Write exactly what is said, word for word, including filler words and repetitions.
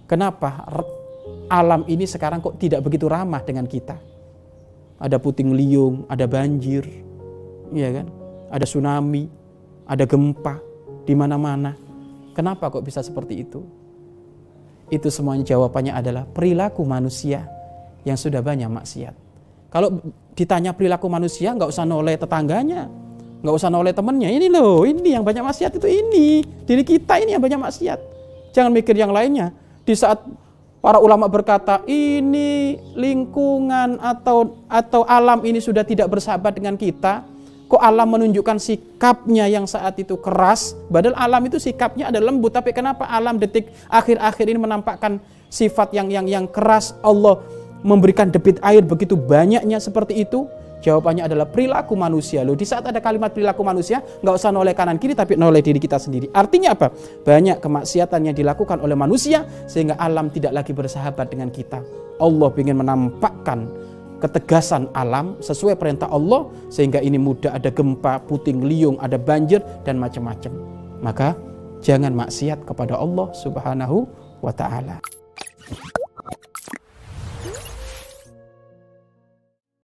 kenapa alam ini sekarang kok tidak begitu ramah dengan kita. Ada puting beliung, ada banjir, ya kan? Ada tsunami, ada gempa di mana-mana. Kenapa kok bisa seperti itu? Itu semuanya jawabannya adalah perilaku manusia yang sudah banyak maksiat. Kalau ditanya perilaku manusia, nggak usah noleh tetangganya, nggak usah noleh temennya. Ini loh, ini yang banyak maksiat itu ini. Diri kita ini yang banyak maksiat. Jangan mikir yang lainnya. Di saat para ulama berkata ini lingkungan atau atau alam ini sudah tidak bersahabat dengan kita, kok alam menunjukkan sikapnya yang saat itu keras, padahal alam itu sikapnya ada lembut, tapi kenapa alam detik akhir-akhir ini menampakkan sifat yang yang yang keras? Allah memberikan debit air begitu banyaknya seperti itu. Jawabannya adalah perilaku manusia. Loh, di saat ada kalimat perilaku manusia, nggak usah noleh kanan kiri, tapi noleh diri kita sendiri. Artinya apa? Banyak kemaksiatan yang dilakukan oleh manusia sehingga alam tidak lagi bersahabat dengan kita. Allah ingin menampakkan ketegasan alam sesuai perintah Allah sehingga ini mudah ada gempa, puting beliung, ada banjir dan macam-macam. Maka jangan maksiat kepada Allah Subhanahu wa taala.